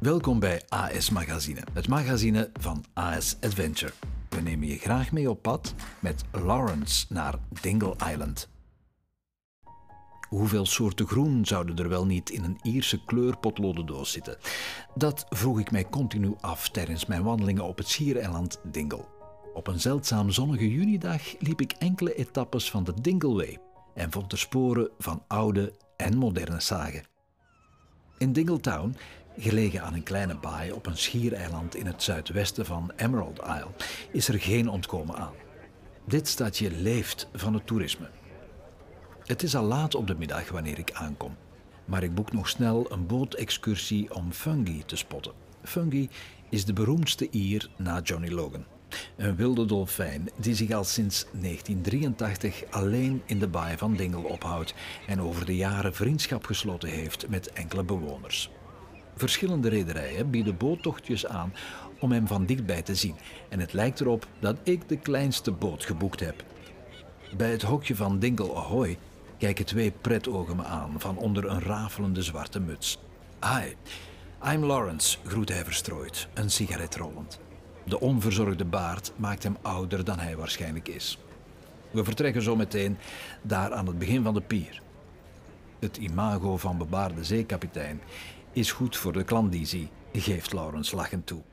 Welkom bij AS Magazine, het magazine van AS Adventure. We nemen je graag mee op pad met Lawrence naar Dingle Island. Hoeveel soorten groen zouden er wel niet in een Ierse kleurpotlodendoos zitten? Dat vroeg ik mij continu af tijdens mijn wandelingen op het schiereiland Dingle. Op een zeldzaam zonnige junidag liep ik enkele etappes van de Dingle Way en vond er sporen van oude en moderne sagen. In Dingletown, gelegen aan een kleine baai op een schiereiland in het zuidwesten van Emerald Isle, is er geen ontkomen aan. Dit stadje leeft van het toerisme. Het is al laat op de middag wanneer ik aankom, maar ik boek nog snel een bootexcursie om Fungi te spotten. Fungi is de beroemdste Ier na Johnny Logan. Een wilde dolfijn die zich al sinds 1983 alleen in de baai van Dingle ophoudt en over de jaren vriendschap gesloten heeft met enkele bewoners. Verschillende rederijen bieden boottochtjes aan om hem van dichtbij te zien en het lijkt erop dat ik de kleinste boot geboekt heb. Bij het hokje van Dingle Ahoy kijken twee pretogen me aan van onder een rafelende zwarte muts. Hi, I'm Lawrence, groet hij verstrooid, een sigaret rollend. De onverzorgde baard maakt hem ouder dan hij waarschijnlijk is. We vertrekken zo meteen daar aan het begin van de pier. Het imago van bebaarde zeekapitein is goed voor de klandizie, geeft Lawrence lachend toe.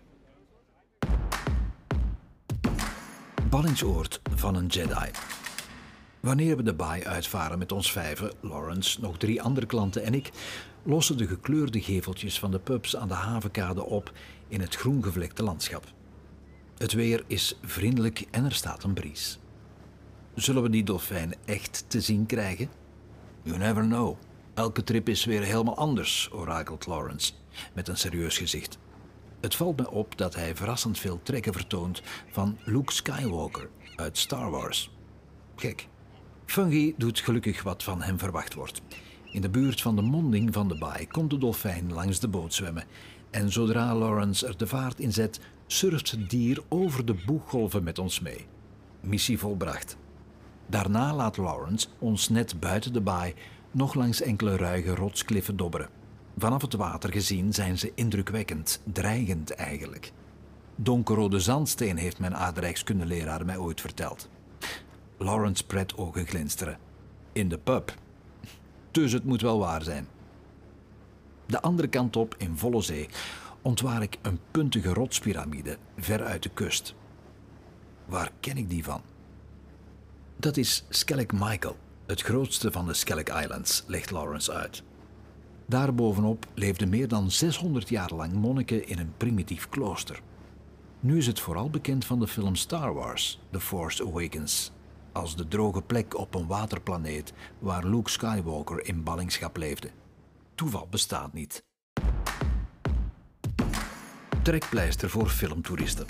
Ballingsoord van een Jedi. Wanneer we de baai uitvaren met ons vijven, Lawrence, nog 3 andere klanten en ik, lossen de gekleurde geveltjes van de pubs aan de havenkade op in het groengevlekte landschap. Het weer is vriendelijk en er staat een bries. Zullen we die dolfijn echt te zien krijgen? You never know. Elke trip is weer helemaal anders, orakelt Lawrence, met een serieus gezicht. Het valt me op dat hij verrassend veel trekken vertoont van Luke Skywalker uit Star Wars. Gek. Fungi doet gelukkig wat van hem verwacht wordt. In de buurt van de monding van de baai komt de dolfijn langs de boot zwemmen. En zodra Lawrence er de vaart in zet, surft het dier over de boeggolven met ons mee. Missie volbracht. Daarna laat Lawrence ons net buiten de baai nog langs enkele ruige rotskliffen dobberen. Vanaf het water gezien zijn ze indrukwekkend, dreigend eigenlijk. Donkerrode zandsteen heeft mijn aardrijkskundeleraar mij ooit verteld. Lawrence pretogen glinsteren. In de pub. Dus het moet wel waar zijn. De andere kant op, in volle zee, ontwaar ik een puntige rotspyramide ver uit de kust. Waar ken ik die van? Dat is Skellig Michael, het grootste van de Skellig Islands, legt Lawrence uit. Daarbovenop leefden meer dan 600 jaar lang monniken in een primitief klooster. Nu is het vooral bekend van de film Star Wars, The Force Awakens, als de droge plek op een waterplaneet waar Luke Skywalker in ballingschap leefde. Toeval bestaat niet. Trekpleister voor filmtoeristen.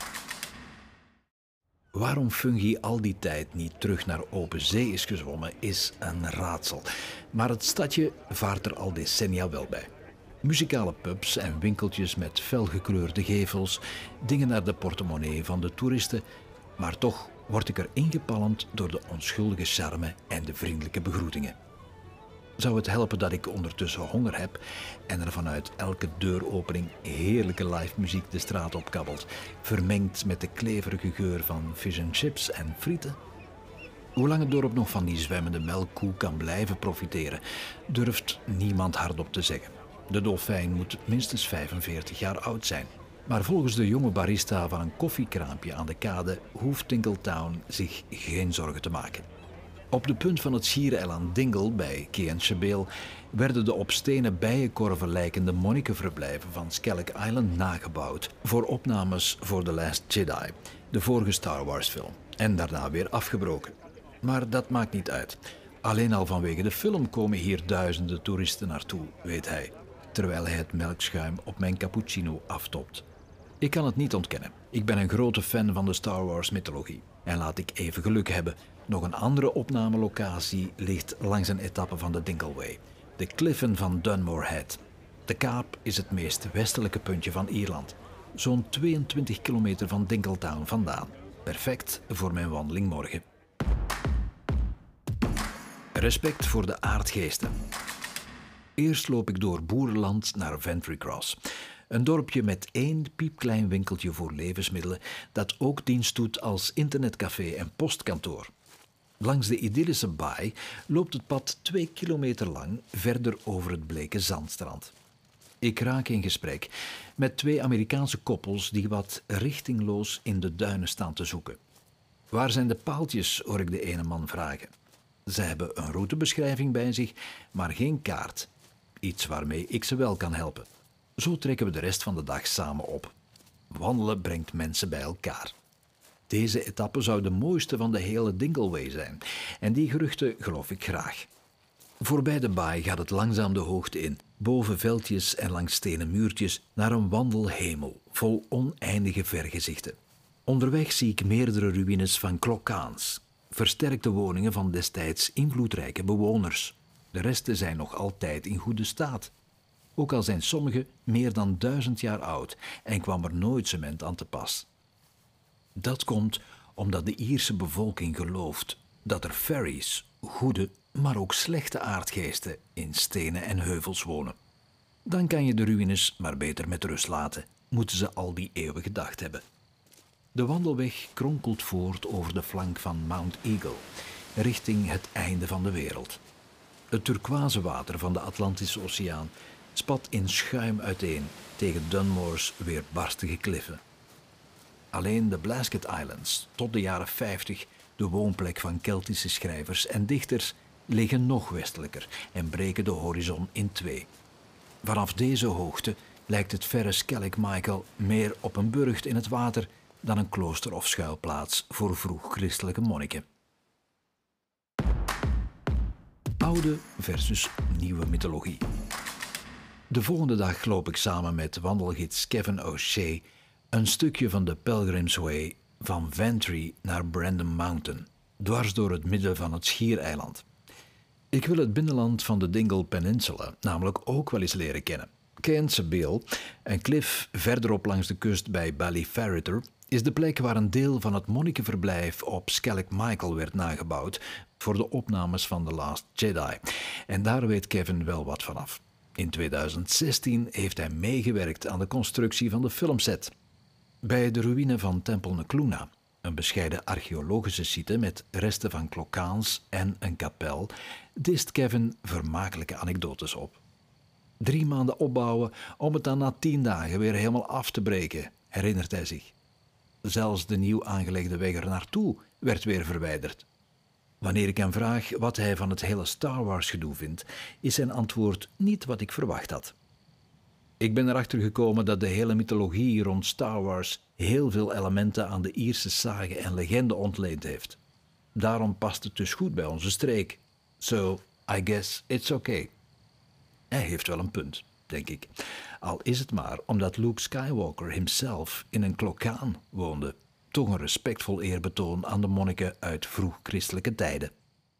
Waarom Fungi al die tijd niet terug naar open zee is gezwommen, is een raadsel. Maar het stadje vaart er al decennia wel bij. Muzikale pubs en winkeltjes met felgekleurde gevels dingen naar de portemonnee van de toeristen, maar toch word ik er ingepalmd door de onschuldige charme en de vriendelijke begroetingen. Zou het helpen dat ik ondertussen honger heb en er vanuit elke deuropening heerlijke live muziek de straat opkabbelt, vermengd met de kleverige geur van fish and chips en frieten? Hoe lang het dorp nog van die zwemmende melkkoe kan blijven profiteren, durft niemand hardop te zeggen. De dolfijn moet minstens 45 jaar oud zijn. Maar volgens de jonge barista van een koffiekraampje aan de kade hoeft Dingletown zich geen zorgen te maken. Op de punt van het schiereiland Dingle bij Keanshabel werden de op stenen bijenkorven lijkende monnikenverblijven van Skellig Island nagebouwd voor opnames voor The Last Jedi, de vorige Star Wars film, en daarna weer afgebroken. Maar dat maakt niet uit. Alleen al vanwege de film komen hier duizenden toeristen naartoe, weet hij, terwijl hij het melkschuim op mijn cappuccino aftopt. Ik kan het niet ontkennen. Ik ben een grote fan van de Star Wars mythologie. En laat ik even geluk hebben. Nog een andere opnamelocatie ligt langs een etappe van de Dingle Way. De kliffen van Dunmore Head. De Kaap is het meest westelijke puntje van Ierland. Zo'n 22 kilometer van Dingletown vandaan. Perfect voor mijn wandeling morgen. Respect voor de aardgeesten. Eerst loop ik door boerenland naar Ventry Cross. Een dorpje met 1 piepklein winkeltje voor levensmiddelen dat ook dienst doet als internetcafé en postkantoor. Langs de idyllische baai loopt het pad 2 kilometer lang verder over het bleke zandstrand. Ik raak in gesprek met 2 Amerikaanse koppels die wat richtingloos in de duinen staan te zoeken. Waar zijn de paaltjes, hoor ik de ene man vragen. Ze hebben een routebeschrijving bij zich, maar geen kaart. Iets waarmee ik ze wel kan helpen. Zo trekken we de rest van de dag samen op. Wandelen brengt mensen bij elkaar. Deze etappe zou de mooiste van de hele Dingleway zijn. En die geruchten geloof ik graag. Voorbij de baai gaat het langzaam de hoogte in, boven veldjes en langs stenen muurtjes, naar een wandelhemel vol oneindige vergezichten. Onderweg zie ik meerdere ruïnes van klokkaans, versterkte woningen van destijds invloedrijke bewoners. De resten zijn nog altijd in goede staat. Ook al zijn sommige meer dan 1000 jaar oud en kwam er nooit cement aan te pas. Dat komt omdat de Ierse bevolking gelooft dat er fairies, goede, maar ook slechte aardgeesten in stenen en heuvels wonen. Dan kan je de ruïnes maar beter met rust laten, moeten ze al die eeuwen gedacht hebben. De wandelweg kronkelt voort over de flank van Mount Eagle, richting het einde van de wereld. Het turquoise water van de Atlantische Oceaan spat in schuim uiteen tegen Dunmore's weerbarstige kliffen. Alleen de Blasket Islands, tot de jaren 50 de woonplek van Keltische schrijvers en dichters, liggen nog westelijker en breken de horizon in 2. Vanaf deze hoogte lijkt het verre Skellig Michael meer op een burcht in het water dan een klooster of schuilplaats voor vroeg-christelijke monniken. Oude versus nieuwe mythologie. De volgende dag loop ik samen met wandelgids Kevin O'Shea een stukje van de Pilgrim's Way van Ventry naar Brandon Mountain, dwars door het midden van het Schiereiland. Ik wil het binnenland van de Dingle Peninsula namelijk ook wel eens leren kennen. Cairns Bill, een klif verderop langs de kust bij Ballyferriter, is de plek waar een deel van het monnikenverblijf op Skellig Michael werd nagebouwd voor de opnames van The Last Jedi. En daar weet Kevin wel wat vanaf. In 2016 heeft hij meegewerkt aan de constructie van de filmset. Bij de ruïne van Tempel Necluna, een bescheiden archeologische site met resten van klokkaans en een kapel, dist Kevin vermakelijke anekdotes op. 3 maanden opbouwen om het dan na 10 dagen weer helemaal af te breken, herinnert hij zich. Zelfs de nieuw aangelegde weg er naartoe werd weer verwijderd. Wanneer ik hem vraag wat hij van het hele Star Wars gedoe vindt, is zijn antwoord niet wat ik verwacht had. Ik ben erachter gekomen dat de hele mythologie rond Star Wars heel veel elementen aan de Ierse sage en legende ontleend heeft. Daarom past het dus goed bij onze streek. So, I guess it's okay. Hij heeft wel een punt, denk ik. Al is het maar omdat Luke Skywalker himself in een klokkaan woonde. Toch een respectvol eerbetoon aan de monniken uit vroeg-christelijke tijden.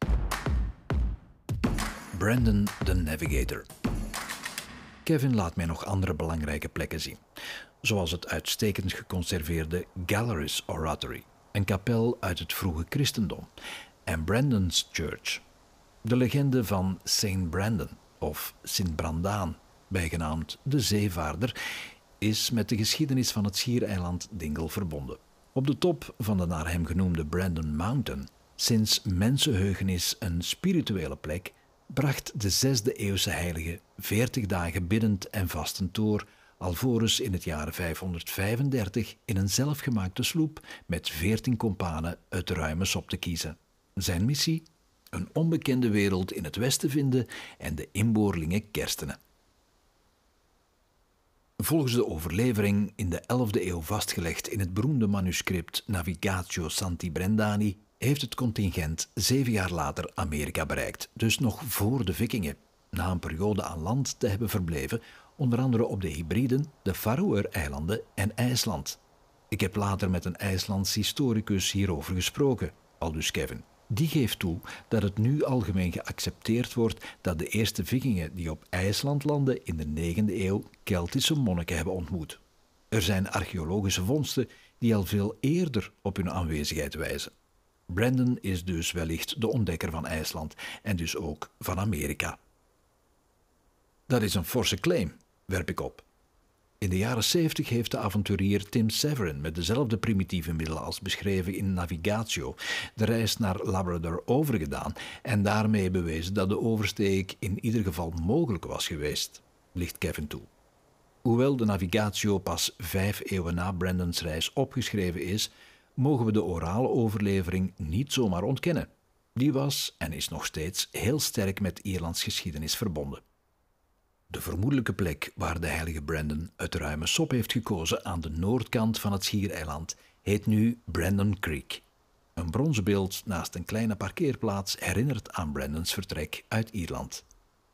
Brandon the Navigator. Kevin laat mij nog andere belangrijke plekken zien, zoals het uitstekend geconserveerde Galleries Oratory, een kapel uit het vroege christendom, en Brandon's Church, de legende van Saint Brandon of Sint Brandaan, bijgenaamd de Zeevaarder, is met de geschiedenis van het schiereiland Dingle verbonden. Op de top van de naar hem genoemde Brandon Mountain, sinds mensenheugenis een spirituele plek, bracht de 6e eeuwse heilige 40 dagen biddend en vastend door, alvorens in het jaar 535 in een zelfgemaakte sloep met 14 kompanen uit de ruime sop te kiezen. Zijn missie? Een onbekende wereld in het westen vinden en de inboorlingen kerstenen. Volgens de overlevering in de 11e eeuw vastgelegd in het beroemde manuscript Navigatio Santi Brendani heeft het contingent 7 jaar later Amerika bereikt, dus nog voor de Vikingen, na een periode aan land te hebben verbleven, onder andere op de Hebriden, de Faroe-eilanden en IJsland. Ik heb later met een IJslands historicus hierover gesproken, aldus Kevin. Die geeft toe dat het nu algemeen geaccepteerd wordt dat de eerste Vikingen die op IJsland landden in de 9e eeuw Keltische monniken hebben ontmoet. Er zijn archeologische vondsten die al veel eerder op hun aanwezigheid wijzen. Brandon is dus wellicht de ontdekker van IJsland en dus ook van Amerika. Dat is een forse claim, werp ik op. In de jaren 70 heeft de avonturier Tim Severin met dezelfde primitieve middelen als beschreven in Navigatio de reis naar Labrador overgedaan en daarmee bewezen dat de oversteek in ieder geval mogelijk was geweest, licht Kevin toe. Hoewel de Navigatio pas 5 eeuwen na Brandons reis opgeschreven is, mogen we de orale overlevering niet zomaar ontkennen. Die was en is nog steeds heel sterk met Ierlands geschiedenis verbonden. De vermoedelijke plek waar de heilige Brandon het ruime sop heeft gekozen aan de noordkant van het schiereiland heet nu Brandon Creek. Een bronzen beeld naast een kleine parkeerplaats herinnert aan Brandons vertrek uit Ierland.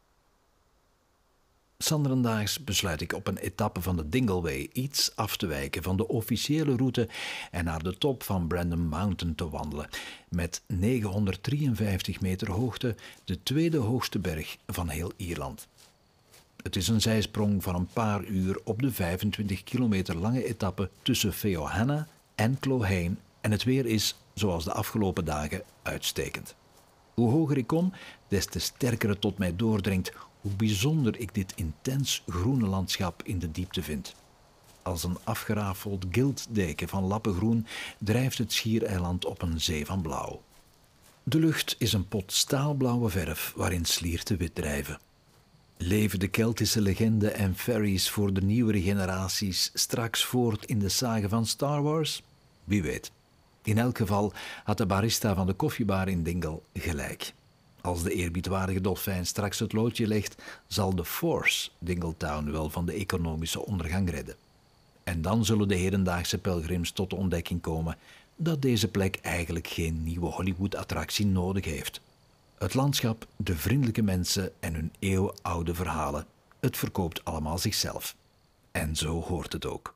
Sanderendaags besluit ik op een etappe van de Dingleway iets af te wijken van de officiële route en naar de top van Brandon Mountain te wandelen, met 953 meter hoogte, de tweede hoogste berg van heel Ierland. Het is een zijsprong van een paar uur op de 25 kilometer lange etappe tussen Feohanna en Clohane en het weer is, zoals de afgelopen dagen, uitstekend. Hoe hoger ik kom, des te sterker het tot mij doordringt hoe bijzonder ik dit intens groene landschap in de diepte vind. Als een afgerafeld giltdeken van lappengroen drijft het schiereiland op een zee van blauw. De lucht is een pot staalblauwe verf waarin slierten wit drijven. Leven de Keltische legende en fairies voor de nieuwere generaties straks voort in de sage van Star Wars? Wie weet. In elk geval had de barista van de koffiebar in Dingle gelijk. Als de eerbiedwaardige dolfijn straks het loodje legt, zal de Force Dingletown wel van de economische ondergang redden. En dan zullen de hedendaagse pelgrims tot de ontdekking komen dat deze plek eigenlijk geen nieuwe Hollywood-attractie nodig heeft. Het landschap, de vriendelijke mensen en hun eeuwenoude verhalen, het verkoopt allemaal zichzelf. En zo hoort het ook.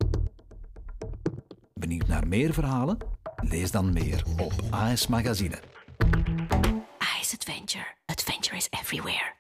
Benieuwd naar meer verhalen? Lees dan meer op AS Magazine. AS Adventure. Adventure is everywhere.